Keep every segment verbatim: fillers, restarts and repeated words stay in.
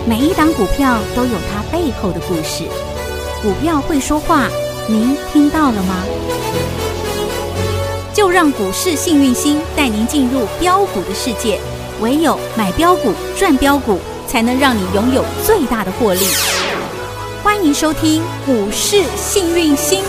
每一档股票都有它背后的故事。股票会说话，您听到了吗？就让股市幸运星带您进入标股的世界，唯有买标股赚标股，才能让你拥有最大的获利。欢迎收听股市幸运星。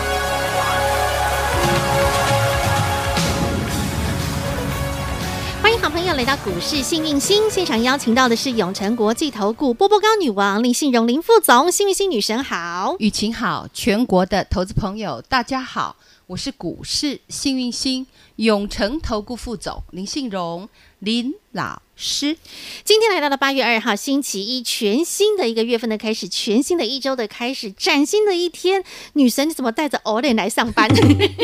好朋友来到股市幸运星现场，邀请到的是永诚国际投顾波波高女王林信荣林副总，幸运星女神好， 雨晴好，全国的投资朋友大家好，我是股市幸运星永诚投顾副总林信荣林老师。 今天来到了八月二号星期一，全新的一个月份的开始，全新的一周的开始，崭新的一天。女神你怎么带着偶脸来上班？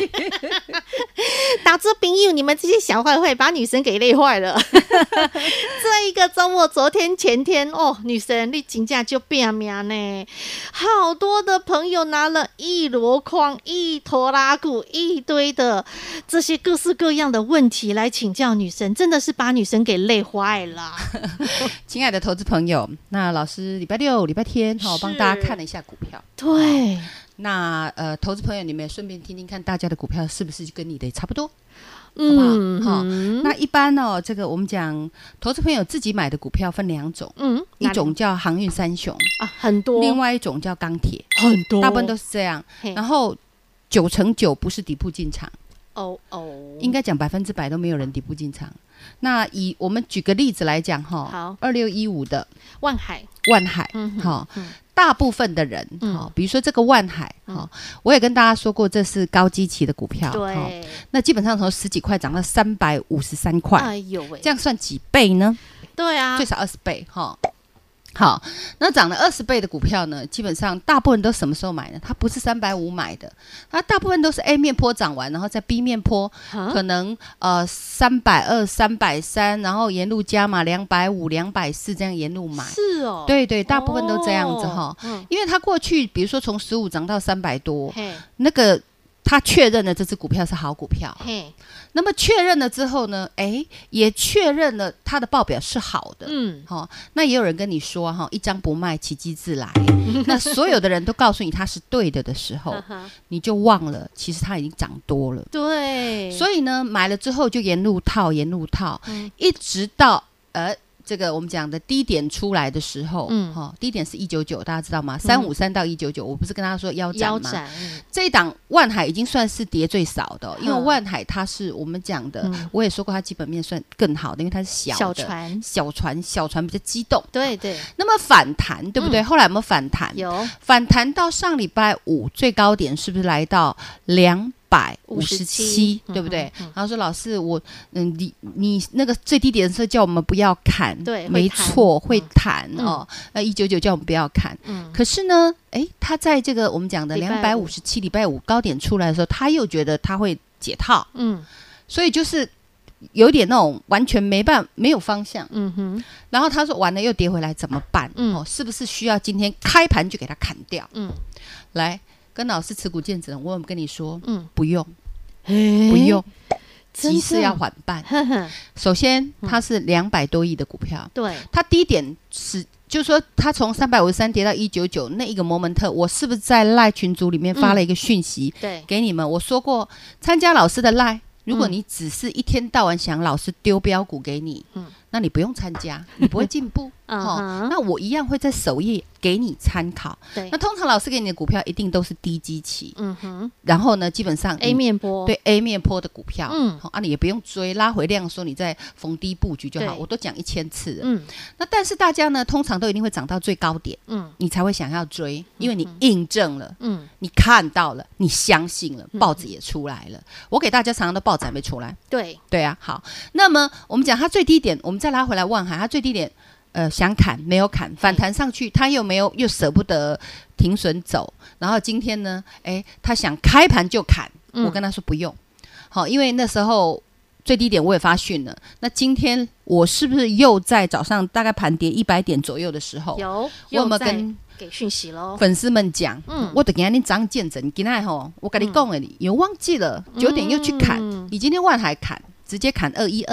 打着朋友，你们这些小坏坏把女神给累坏了。这一个周末，昨天前天哦，女神你请假就变命呢，好多的朋友拿了一箩筐、一拖拉股、一堆的这些各式各样的问题来请教女神，真的是把女神给累坏了。 亲爱的投资朋友，那老师礼拜六、礼拜天好，帮大家看了一下股票。 对。 那呃，投资朋友，你们也顺便听听看，大家的股票是不是跟你的差不多？ 嗯， 好不好？嗯、那一般哦，这个我们讲，投资朋友自己买的股票分两种，嗯，一种叫航运三雄啊，很多； 另外一种叫钢铁， 很多， 大部分都是这样。然后九成九不是底部进场， 哦哦， 应该讲百分之百都没有人底部进场。那以我们举个例子来讲哈， 好， 二六一五的万海， 万海，嗯，好。嗯大部分的人，嗯、比如说这个万海，嗯、我也跟大家说过，这是高基期的股票， 对， 那基本上从十几块涨到三百五十三块， 哎呦喂， 这样算几倍呢？ 对啊， 最少二十倍，哈。好，那涨了二十倍的股票呢，基本上大部分都什么时候买呢？它不是三百五买的，它大部分都是 A 面坡涨完，然后在 B 面坡，可能呃三百二、三百三，然后沿路加码两百五、两百四这样沿路买。 是哦， 对对，大部分都这样子哈、哦嗯，因为它过去比如说从十五涨到三百多，那个他确认了这只股票是好股票。那么确认了之后呢，哎，也确认了它的报表是好的，嗯，好、哦，那也有人跟你说哈，一张不卖，奇迹自来。那所有的人都告诉你它是对的的时候，你就忘了，其实它已经涨多了。 对， 所以呢，买了之后就沿路套，沿路套，嗯、一直到呃。这个我们讲的低点出来的时候，嗯，哦，低点是一九九，大家知道吗？三五三到一九九，我不是跟他说腰斩吗？腰斩、嗯、这一档万海已经算是跌最少的、哦，因为万海它是我们讲的、嗯，我也说过它基本面算更好的，因为它是小的小船， 小船，小船比较激动。 对对。 那么反弹对不对？嗯、后来有没有反弹？ 有。 反弹到上礼拜五最高点是不是来到两？百五十七，对不对？嗯嗯、然后说老师，我嗯，你你那个最低点的时候叫我们不要砍， 对， 没错，会弹、 嗯、 哦。呃，一九九叫我们不要砍，嗯。可是呢，哎，他在这个我们讲的两百五十七礼拜五高点出来的时候，他又觉得他会解套，嗯。所以就是有点那种完全没办没有方向，嗯哼。然后他说完了又跌回来怎么办？嗯，哦，是不是需要今天开盘就给他砍掉？嗯，来。跟老师持股见证人，我有跟你说，嗯，不用，不用，急事要缓办。首先，它是两百多亿的股票， 对， 它低点是，就是说，它从三百五十三跌到一九九那一个 moment， 我是不是在 LINE 群组里面发了一个讯息， 嗯、对， 给你们？我说过，参加老师的 LINE， 如果你只是一天到晚想老师丢标股给你，嗯，那你不用参加，你不会进步。哦，那我一样会在首页给你参考。对，那通常老师给你的股票一定都是低基期，嗯哼。然后呢，基本上 A 面波， 对 A 面波的股票，嗯，好、哦、啊，你也不用追，拉回量说你在逢低布局就好，我都讲一千次了。嗯，那但是大家呢，通常都一定会涨到最高点，嗯，你才会想要追，因为你印证了，嗯，你看到了，你相信了，报纸也出来了。我给大家常常的报纸还没出来， 对对啊。好，那么我们讲它最低点，我们再拉回来万海，它最低点。呃，想砍没有砍，反弹上去，他又没有又舍不得停损走，然后今天呢，哎，他想开盘就砍，嗯、我跟他说不用，好，因为那时候最低点我也发讯了，那今天我是不是又在早上大概盘跌一百点左右的时候， 有， 我有没有跟给讯息喽？ 粉丝们讲，嗯，我得给你涨见证，今天吼，我跟你讲的，你又忘记了九点又去砍，嗯、你今天万海砍，直接砍二一二。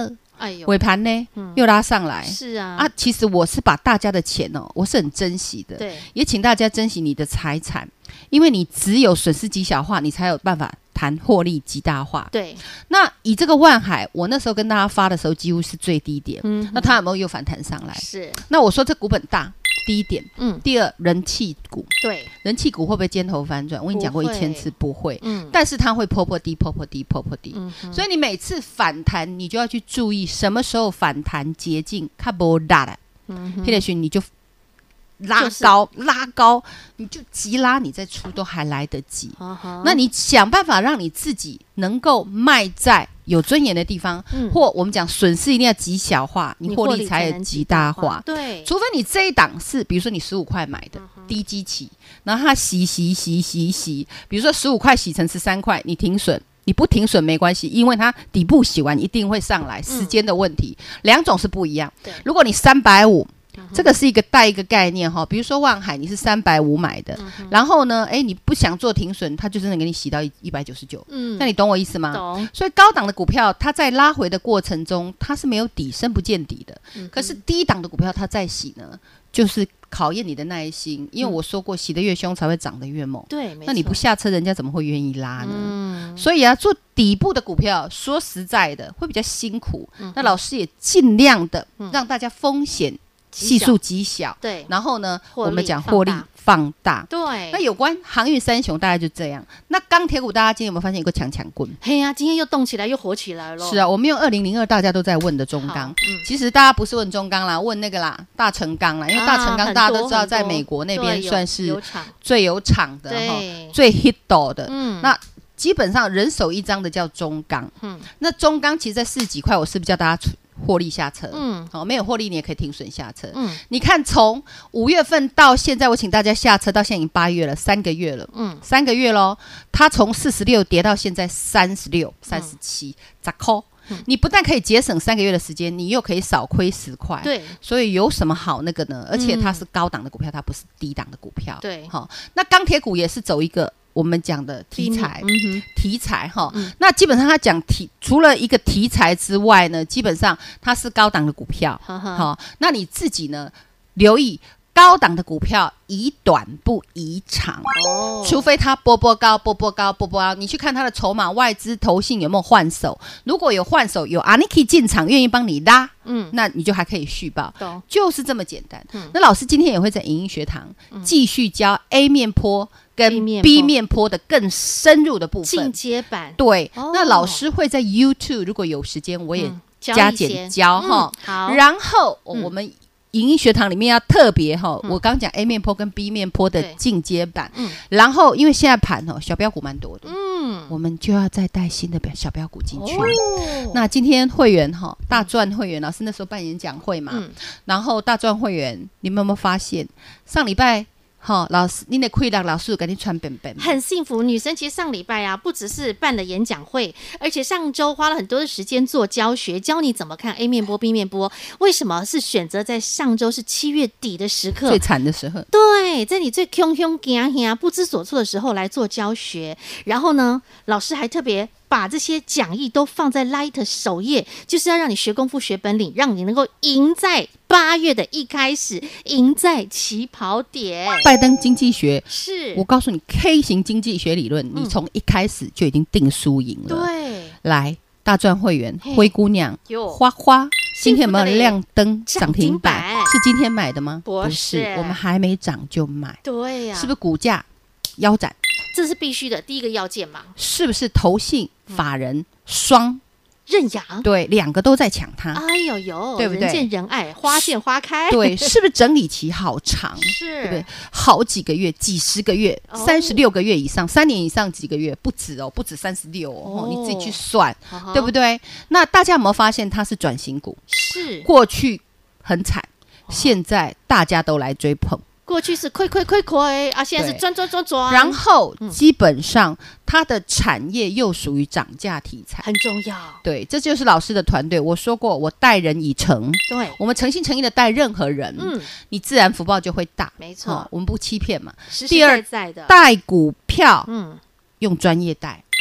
哎呦， 尾盘呢、嗯、又拉上来， 是啊啊，其实我是把大家的钱哦，我是很珍惜的， 对， 也请大家珍惜你的财产，因为你只有损失极小化，你才有办法谈获利极大化。 对， 那以这个万海，我那时候跟大家发的时候几乎是最低点，嗯，那它有没有又反弹上来？ 是。那我说这股本大。第一点， 嗯， 第二，人气股， 对， 人气股会不会尖头反转？我跟你讲过一千次不会，嗯，但是它会破破低，破破低，破破低，嗯，所以你每次反弹，你就要去注意什么时候反弹捷径，看不大的，嗯，黑铁勋你就拉高、就是、拉高，你就急拉，你再出都还来得及。Uh-huh. 那你想办法让你自己能够卖在有尊严的地方，嗯、或我们讲损失一定要极小化，你获利才有极大化。 对， 除非你这一档是，比如说你十五块买的、uh-huh. 低基期，然后它洗洗洗洗洗，比如说十五块洗成十三块，你停损。你不停损没关系，因为它底部洗完一定会上来，时间的问题，两、嗯、种是不一样。如果你三百五。这个是一个带一个概念哈，比如说万海你是三百五买的、嗯，然后呢，哎，你不想做停损，它就真的给你洗到一百九十九，嗯，那你懂我意思吗？ 懂。 所以高档的股票，它在拉回的过程中，它是没有底，深不见底的。嗯、可是低档的股票，它再洗呢，就是考验你的耐心，因为我说过，洗得越凶才会涨得越猛。 对，没错。 那你不下车，人家怎么会愿意拉呢？嗯、所以啊，做底部的股票，说实在的，会比较辛苦。嗯、那老师也尽量的让大家风险。系数极小， 对， 然后呢，我们讲获利放大， 对。 那有关航运三雄大概就这样。那钢铁股大家今天有没有发现有个强强棍？ 嘿呀、啊，今天又动起来，又火起来了。 是啊，我们用二零零二大家都在问的中钢、嗯，其实大家不是问中钢啦，问那个啦大成钢啦，因为大成钢大家都知道，在美国那边算是最有厂的哈，最 hit 的。嗯，那基本上人手一张的叫中钢。嗯，那中钢其实在四十几块，我是不是叫大家获利下车？嗯，好、哦，没有获利你也可以停损下车。嗯，你看从五月份到现在，我请大家下车，到现在已经八月了，三个月了。嗯，三个月咯，它从四十六跌到现在三十六、三十七，十块。你不但可以节省三个月的时间，你又可以少亏十块。 对， 所以有什么好那个呢？而且它是高档的股票，它不是低档的股票。 对， 好、哦，那钢铁股也是走一个。我们讲的题材，嗯、题材哈、嗯，那基本上他讲题，除了一个题材之外呢，基本上它是高档的股票，好、哦，那你自己呢留意高档的股票宜短不宜长，哦，除非它波波高、波波高、波波高，你去看它的筹码、外资、投信有没有换手，如果有换手，有 Aniki 进场愿意帮你拉，嗯，那你就还可以续报，就是这么简单。嗯、那老师今天也会在影音学堂、嗯、继续教 A 面波。跟 B 面波的更深入的部分， 进阶版。 对、哦，那老师会在 YouTube， 如果有时间，我也加减教哈、 嗯。好， 然后、嗯、我们影音学堂里面要特别哈、嗯，我刚讲 A 面波跟 B 面波的进阶版。嗯，然后因为现在盘哦，小标股蛮多的，嗯，我们就要再带新的小标股进去。哦、那今天会员哈，大赚会员老师那时候办演讲会嘛，嗯、然后大赚会员，你们有没有发现上礼拜？好、哦，老师，你的亏了，老师给你穿本本， 很幸福。女生其实上礼拜啊，不只是办了演讲会，而且上周花了很多的时间做教学，教你怎么看 A 面波、B 面波。为什么是选择在上周是七月底的时刻， 最惨的时候？ 对，在你最凶凶惊惊不知所措的时候来做教学。然后呢，老师还特别把这些讲义都放在 Light 首页，就是要让你学功夫、学本领，让你能够赢在八月的一开始，赢在起跑点。 拜登经济学是我告诉你 K 型经济学理论、嗯、你从一开始就已经定输赢了。 对， 来大赚会员灰姑娘花花今天有没有亮灯涨停板？是今天买的吗？ 不是，不是， 我们还没涨就买。 对呀、啊， 是不是股价腰斩？ 这是必须的第一个要件嘛。 是不是投信法人双认养？ 对，两个都在抢它。 哎呦呦， 对不对？ 人见人爱，花见花开。 对，是不是整理期好长？ 是， 对不对？好几个月，几十个月，三十六个月以上，三年以上几个月，不止哦，不止三十六哦，你自己去算，哦、对不对？那大家有没有发现它是转型股？ 是， 过去很惨，哦、现在大家都来追捧。 过去是亏亏亏亏啊，现在是赚赚赚赚。 然后基本上它的产业又属于涨价题材， 很重要。 对，这就是老师的团队。我说过，我待人以诚。 对， 我们诚心诚意的待任何人，嗯，你自然福报就会大。 没错、 哦，我们不欺骗嘛。 实实在在的带股票，嗯，用专业带，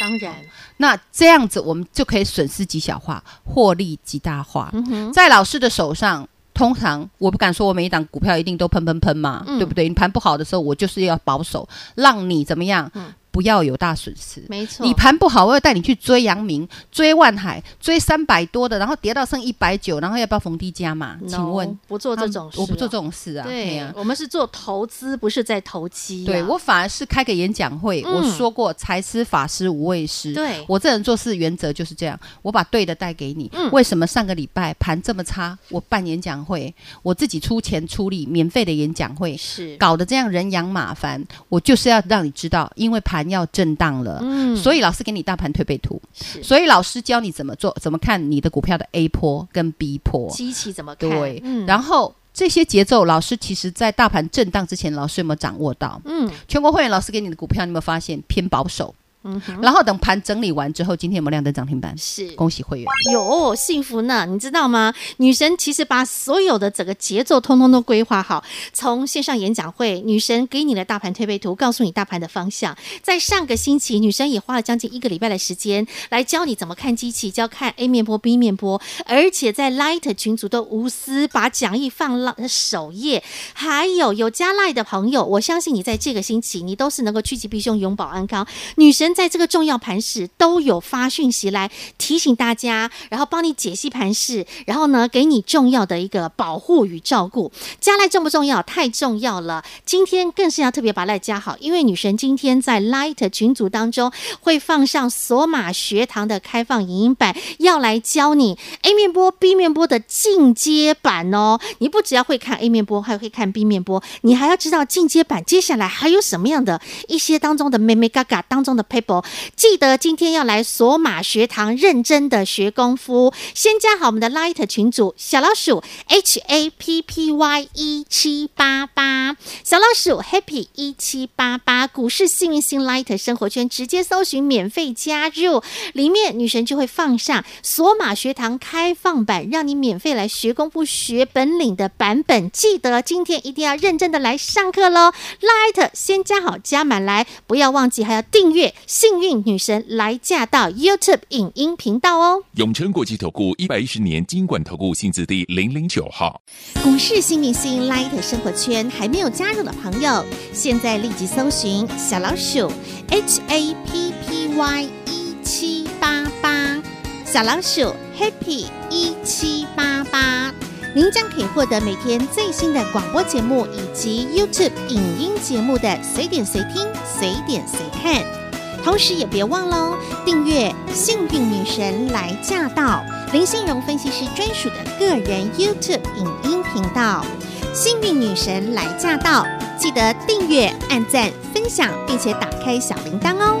当然， 那这样子我们就可以损失极小化，获利极大化。嗯、在老师的手上，通常我不敢说我每一档股票一定都喷喷喷嘛，嗯、对不对？你盘不好的时候，我就是要保守，让你怎么样？嗯，不要有大损失， 没错。 你盘不好，我要带你去追阳明、追万海、追三百多的，然后跌到剩一百九，然后要不要逢低加码？ No, 请问不做这种事、啊， 我不做这种事啊。 对啊，我们是做投资，不是在投机、啊。 对，我反而是开个演讲会，嗯、我说过财师、法师、无畏师。对，我这人做事原则就是这样，我把对的带给你。嗯、为什么上个礼拜盘这么差？我办演讲会，我自己出钱出力，免费的演讲会，是搞得这样人仰马翻。我就是要让你知道，因为盘要震荡。嗯、所以老师给你大盘推背图，所以老师教你怎么做，怎么看你的股票的 A 波跟 B 波， 基期怎么看？ 对，嗯、然后这些节奏，老师其实在大盘震荡之前，老师有没有掌握到？嗯，全国会员老师给你的股票，你有没有发现偏保守？嗯、然后等盘整理完之后，今天有没有亮灯涨停板？是，恭喜会员， 有幸福呢。你知道吗？女神其实把所有的整个节奏通通都规划好，从线上演讲会，女神给你的大盘推背图，告诉你大盘的方向。在上个星期，女神也花了将近一个礼拜的时间来教你怎么看机器，教看 A 面波、B 面波，而且在 Light 群组都无私把讲义放了首页。还有有加 Light 的朋友，我相信你在这个星期，你都是能够趋吉避凶、永保安康。女神在这个重要盘势都有发讯息来提醒大家，然后帮你解析盘势，然后呢给你重要的一个保护与照顾。加赖重不重要？太重要了！今天更是要特别把赖加好，因为女神今天在 Light 群组当中会放上索马学堂的开放影音版，要来教你 A 面波、B 面波的进阶版哦。你不只要会看 A 面波，还会看 B 面波，你还要知道进阶版接下来还有什么样的一些当中的妹妹嘎嘎当中的 paper。记得今天要来索马学堂认真的学功夫，先加好我们的 Light 群组小老鼠 H A P P Y 一七八八， 小老鼠 Happy 一七八八，股市幸运星 Light 生活圈直接搜寻免费加入，里面女神就会放上索马学堂开放版，让你免费来学功夫学本领的版本。记得今天一定要认真的来上课咯。 Light 先加好加满来，不要忘记还要订阅幸运女神来驾到 YouTube 影音频道哦。 永诚国际投顾一百一十年金管投顾新字第零零九号。 股市新明星 Light 生活圈还没有加入的朋友，现在立即搜寻小老鼠 H A P P Y 一七八八， 小老鼠 Happy 一七八八，您将可以获得每天最新的广播节目以及 YouTube 影音节目的随点随听、随点随看。同时也别忘了订阅幸运女神来驾到林信荣分析师专属的个人 YouTube 影音频道幸运女神来驾到，记得订阅、按赞、分享，并且打开小铃铛哦。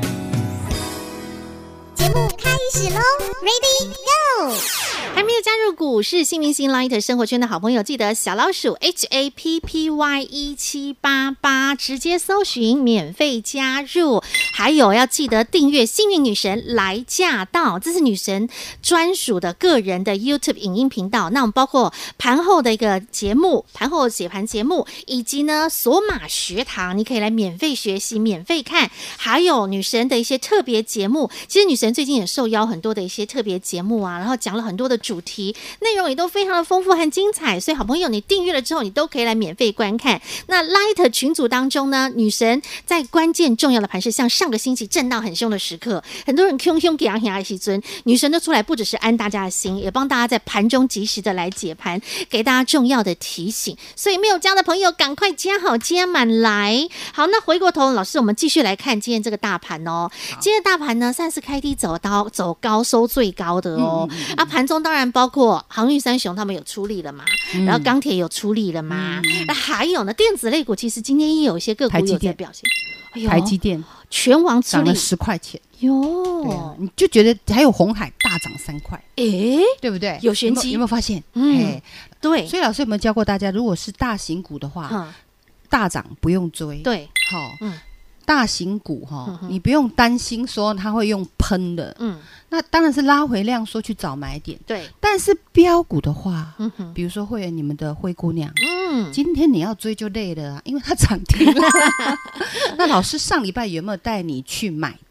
节目开始喽 ，Ready Go！ 还没有加入股市新明星 Light 生活圈的好朋友，记得小老鼠 H A P P Y 一七八八，直接搜寻免费加入。还有要记得订阅幸运女神来驾到，这是女神专属的个人的 YouTube 影音频道。那我们包括盘后的一个节目，盘后解盘节目，以及呢索马学堂，你可以来免费学习、免费看。还有女神的一些特别节目，其实女神最近也受邀很多的一些特别节目啊，然后讲了很多的主题，内容也都非常的丰富和精彩，所以好朋友你订阅了之后，你都可以来免费观看。那 Light 群组当中呢，女神在关键重要的盘势，像上个星期震荡很凶的时刻，很多人凶凶给啊给时尊，女神都出来，不只是安大家的心，也帮大家在盘中及时的来解盘，给大家重要的提醒。所以没有加的朋友，赶快加好加满来。好，那回过头，老师，我们继续来看今天这个大盘哦。今天的大盘呢，算是开低走高，走高收最高的哦。嗯嗯嗯啊，盘中当然包括航运三雄他们有出力了嘛，嗯、然后钢铁有出力了嘛，嗯、那还有呢，电子类股其实今天也有一些个股有在表现。哎呦， 台积电全网出力涨了十块钱哟、 啊，你就觉得还有鸿海大涨三块， 哎， 对不对？ 有玄机， 有没有发现？ 嗯，对。 所以老师有没有教过大家，如果是大型股的话，嗯、大涨不用追， 对， 好、哦，嗯。大型股哈，嗯、你不用担心说它会用喷的，嗯，那当然是拉回量说去找买点， 对。 但是标股的话，嗯哼，比如说会员你们的灰姑娘，嗯，今天你要追就累了啊，因为它涨停了。那老师上礼拜有没有带你去买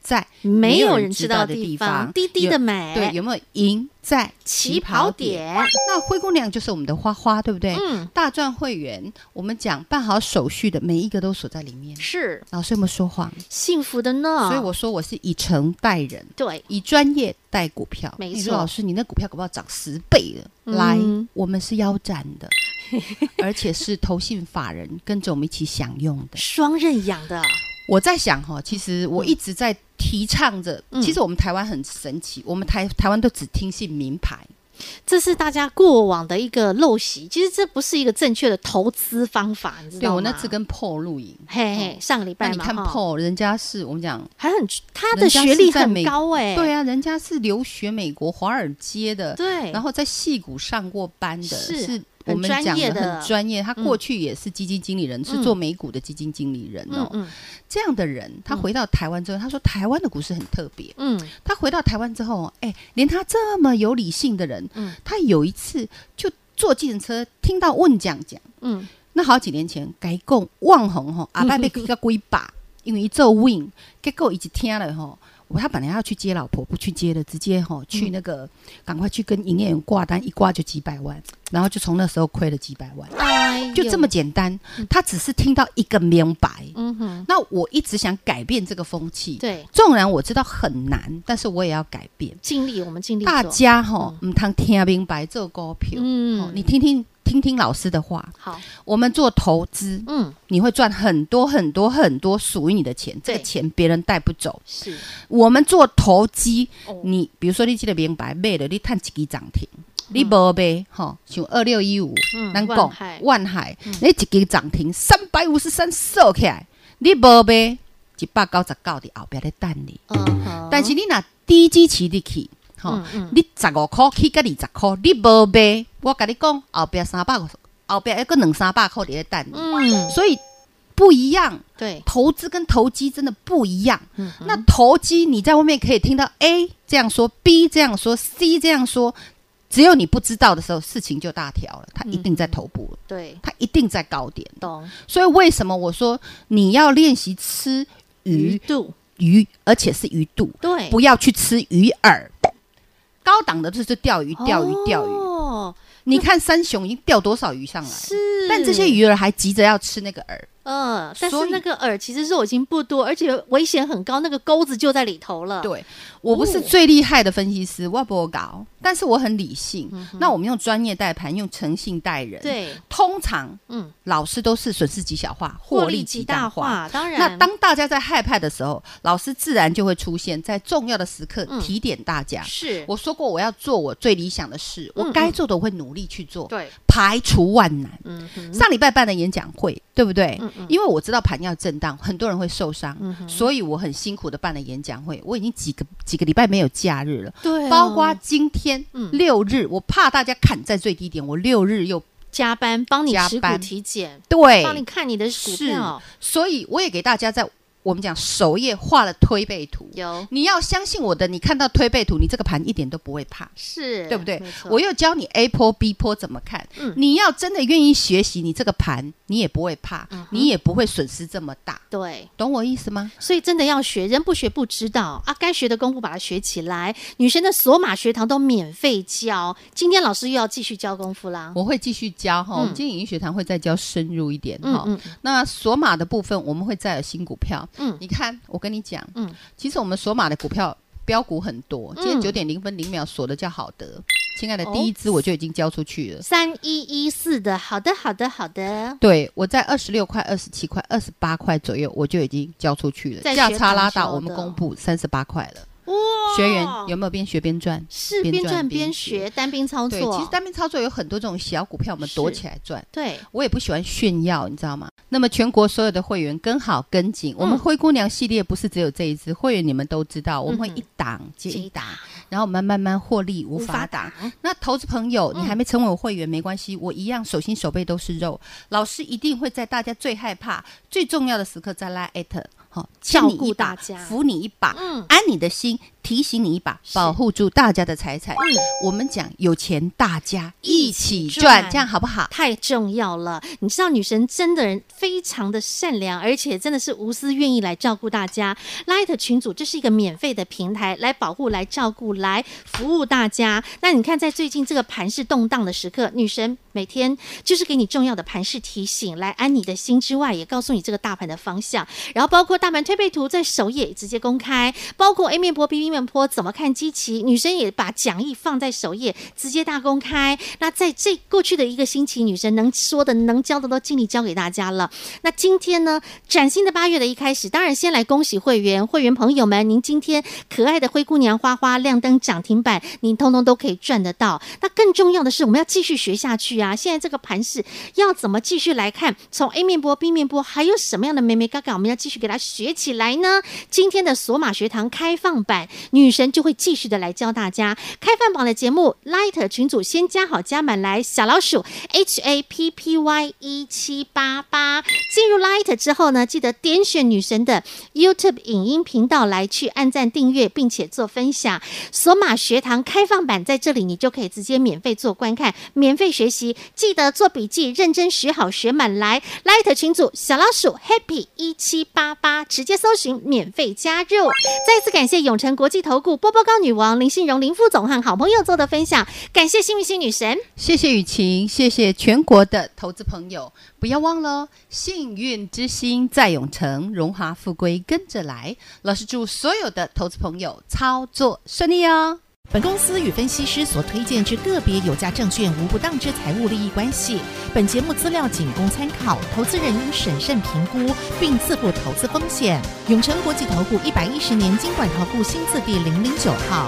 在没有人知道的地方，滴滴的美。 对，有没有赢在起跑点？ 那灰姑娘就是我们的花花，对不对？ 嗯， 大赚会员，我们讲办好手续的每一个都锁在里面。 是， 老师有没有说谎？ 幸福的呢。 所以我说我是以诚待人， 对， 以专业带股票。 没错， 你说老师，你那股票搞不好涨十倍了。嗯、来，我们是腰斩的，而且是投信法人跟着我们一起享用的， 双刃养的。 我在想哈，其实我一直在提倡着，嗯、其实我们台湾很神奇，我们台台湾都只听信名牌。 这是大家过往的一个陋习，其实这不是一个正确的投资方法，你知道吗？ 对，我那次跟 Paul 录影， 嘿嘿，上个礼拜嘛， 你看 Paul， 人家是我们讲还很他的学历很高哎、欸， 对啊，人家是留学美国华尔街的， 对， 然后在矽谷上过班的， 是。 是我们讲的很专业，他过去也是基金经理人，嗯、是做美股的基金经理人哦。嗯嗯、这样的人，他回到台湾之后，他说台湾的股市很特别。嗯，他回到台湾之后，哎，连他这么有理性的人，嗯、他有一次就坐计程车，听到问讲讲，嗯，那好几年前，改讲网红吼，阿伯被个几把，因为一做 win， 结果一直听了吼。他本来要去接老婆，不去接了，直接吼去那个，赶、嗯、快去跟营业员挂单，一挂就几百万，然后就从那时候亏了几百万，哎、就这么简单。他只是听到一个明白，嗯哼。那我一直想改变这个风气， 对， 纵然我知道很难，但是我也要改变， 尽力，我们尽力。 大家吼，唔通听明白做股票，嗯，你听听。听听老师的话， 好， 我们做投资，嗯，你会赚很多很多很多属于你的钱，这个钱别人带不走。 是， 我们做投机，哦、你比如说你记得明白，买了你赚一支涨停，嗯、你无买，哈，像二六一五，咱讲万海，嗯、你一支涨停三百五十三收起来，你无买一百九十九的后边在等你，嗯、但是你拿低基期你去。嗯嗯、你十五块起到二十块，你无卖，我跟你讲，后边三百，后边一个两三百块在等你，嗯、所以不一样。 对， 投资跟投机真的不一样。嗯、那投机你在外面可以听到 A 这样说 ，B 这样说 ，C 这样说，只有你不知道的时候，事情就大条了。他一定在头部了， 嗯、对， 他一定在高点。 懂。 所以为什么我说你要练习吃鱼肚鱼，而且是鱼肚， 对， 不要去吃鱼饵。高档的就是钓鱼，钓鱼，钓鱼。 哦， 你看三雄已经钓多少鱼上来， 是， 但这些鱼儿还急着要吃那个饵。 嗯、呃，但是那个饵其实肉已经不多，而且危险很高，那个钩子就在里头了。 对，我不是最厉害的分析师，我不搞，但是我很理性。嗯、那我们用专业带盘，用诚信带人。 对， 通常，嗯，老师都是损失极小化，获利极大化。 当然， 那当大家在害怕的时候，老师自然就会出现在重要的时刻、嗯、提点大家。 是， 我说过我要做我最理想的事，嗯、我该做的我会努力去做。 对， 排除万难。 嗯， 上礼拜办的演讲会，对不对？嗯嗯，因为我知道盘要震荡，很多人会受伤，嗯、所以我很辛苦的办了演讲会。我已经几个几个礼拜没有假日了， 对、哦， 包括今天、嗯、六日，我怕大家砍在最低点，我六日又加班帮你持股体检， 对， 帮你看你的股票， 所以我也给大家在。我们讲首页画了推背图， 有你要相信我的，你看到推背图，你这个盘一点都不会怕， 是对不对？我又教你 A 波 B 波怎么看，嗯、你要真的愿意学习，你这个盘你也不会怕，嗯、你也不会损失这么大， 对， 懂我意思吗？ 所以真的要学，人不学不知道啊，该学的功夫把它学起来。女生的索马学堂都免费教，今天老师又要继续教功夫啦， 我会继续教哈，嗯、我们今天影音学堂会再教深入一点哈。嗯嗯、那索马的部分我们会再有新股票。嗯，你看，我跟你讲，嗯，其实我们索马的股票标股很多，今天九点零分零秒锁的叫好德，亲爱的，第一支我就已经交出去了， 三一一四的，好的，好的，好的， 对，我在二十六块、二十七块、二十八块左右，我就已经交出去了，价差拉到我们公布三十八块了。 哇！ 学员有没有边学边赚？ 是边赚边学，单兵操作。 对，其实单兵操作有很多这种小股票，我们躲起来赚。 对， 我也不喜欢炫耀，你知道吗？那么全国所有的会员跟好跟紧，嗯、我们灰姑娘系列不是只有这一支，会员你们都知道，我们会一档接一档，嗯、然后慢慢慢获利无法挡。那投资朋友，你还没成为我会员、嗯、没关系，我一样手心手背都是肉。老师一定会在大家最害怕、最重要的时刻再拉艾特。 好，牵你一把， 照顾大家扶你一把， 嗯安你的心，提醒你一把，保护住大家的财产。 嗯我们讲有钱大家一起一起赚赚，这样好不好？ 太重要了。你知道女神真的人非常的善良，而且真的是无私愿意来照顾大家。Light 群组这是一个免费的平台，来保护、来照顾、来服务大家。那你看，在最近这个盘势动荡的时刻，女神每天就是给你重要的盘势提醒，来安你的心之外，也告诉你这个大盘的方向。然后包括大盘推背图在首页直接公开，包括 A 面波、B 面波怎么看基期，女神也把讲义放在首页直接大公开。那在这过去的一个星期，女神能说的、能教的都尽力教给大家了。那今天呢，崭新的八月的一开始，当然先来恭喜会员、会员朋友们，您今天可爱的灰姑娘花花亮灯涨停板，您通通都可以赚得到。那更重要的是，我们要继续学下去啊！现在这个盘势要怎么继续来看？从 A 面波、B 面波，还有什么样的眉眉嘎嘎，我们要继续给它学起来呢？今天的索马学堂开放版，女神就会继续的来教大家。开放榜的节目 ，Light 群组先加好加满来，小老鼠 H A P P Y 一七八八。进入 Light 之后呢，记得点选女神的 YouTube 影音频道来去按赞订阅，并且做分享。索马学堂开放版在这里，你就可以直接免费做观看，免费学习，记得做笔记，认真学好学满来。Light 群组小老鼠 Happy 一七八八，直接搜寻免费加入。再次感谢永诚国际投顾波波高女王林信荣林副总和好朋友做的分享，感谢幸运星女神。 谢谢雨晴，谢谢全国的投资朋友，不要忘了哦，幸运之星在永城，荣华富贵跟着来。老师祝所有的投资朋友操作顺利哦。 本公司与分析师所推荐之个别有价证券无不当之财务利益关系。本节目资料仅供参考，投资人应审慎评估并自负投资风险。永诚国际投顾一百一十年金管投顾新字第零零九号。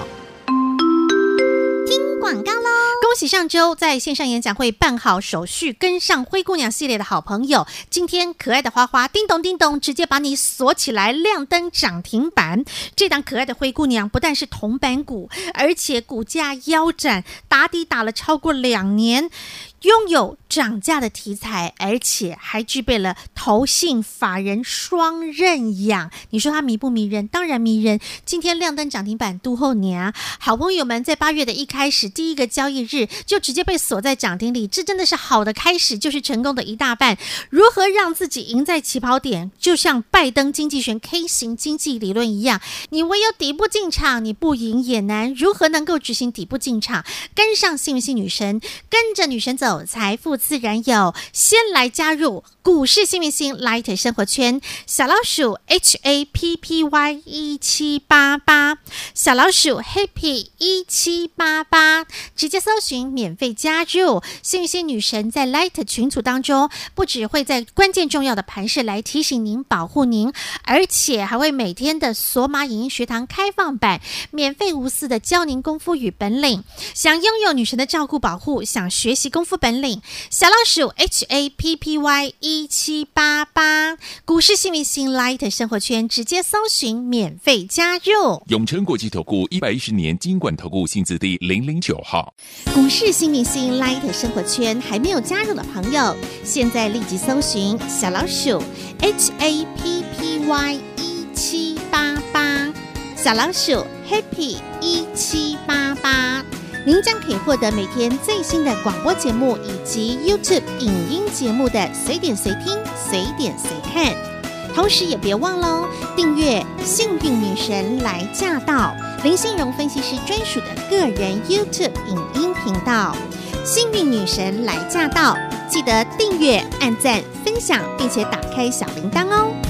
广告喽！恭喜上周在线上演讲会办好手续，跟上灰姑娘系列的好朋友，今天可爱的花花叮咚叮咚，直接把你锁起来，亮灯涨停板。这档可爱的灰姑娘不但是铜板股，而且股价腰斩，打底打了超过两年。拥有涨价的题材，而且还具备了投信法人双认养，你说它迷不迷人？当然迷人。今天亮灯涨停板都后年，好朋友们在八月的一开始第一个交易日就直接被锁在涨停里，这真的是好的开始，就是成功的一大半。如何让自己赢在起跑点？就像拜登经济学 K 型经济理论一样，你唯有底部进场，你不赢也难。如何能够执行底部进场？跟上幸运星女神，跟着女神走，财富自然有。先来加入股市幸运星 Light 生活圈，小老鼠 H A P P Y 一七八八，小老鼠 Happy 一七八八，直接搜寻免费加入。幸运星女神在 Light 群组当中，不只会在关键重要的盘势来提醒您、保护您，而且还会每天的索马影音学堂开放版，免费无私的教您功夫与本领。想拥有女神的照顾保护，想学习功夫本领，小老鼠 H A P P Y 一七八八，股市幸运星 Light 生活圈，直接搜寻免费加入。 永诚国际投顾一百一十年金管投顾新字第零零九号。 股市幸运星 Light 生活圈还没有加入的朋友，现在立即搜寻小老鼠 H A P P Y 一七八八，小老鼠 Happy 一七八八。您将可以获得每天最新的广播节目以及 YouTube 影音节目的随点随听、随点随看。同时也别忘了订阅幸运女神来驾到林信荣分析师专属的个人 YouTube 影音频道幸运女神来驾到，记得订阅、按赞、分享，并且打开小铃铛哦。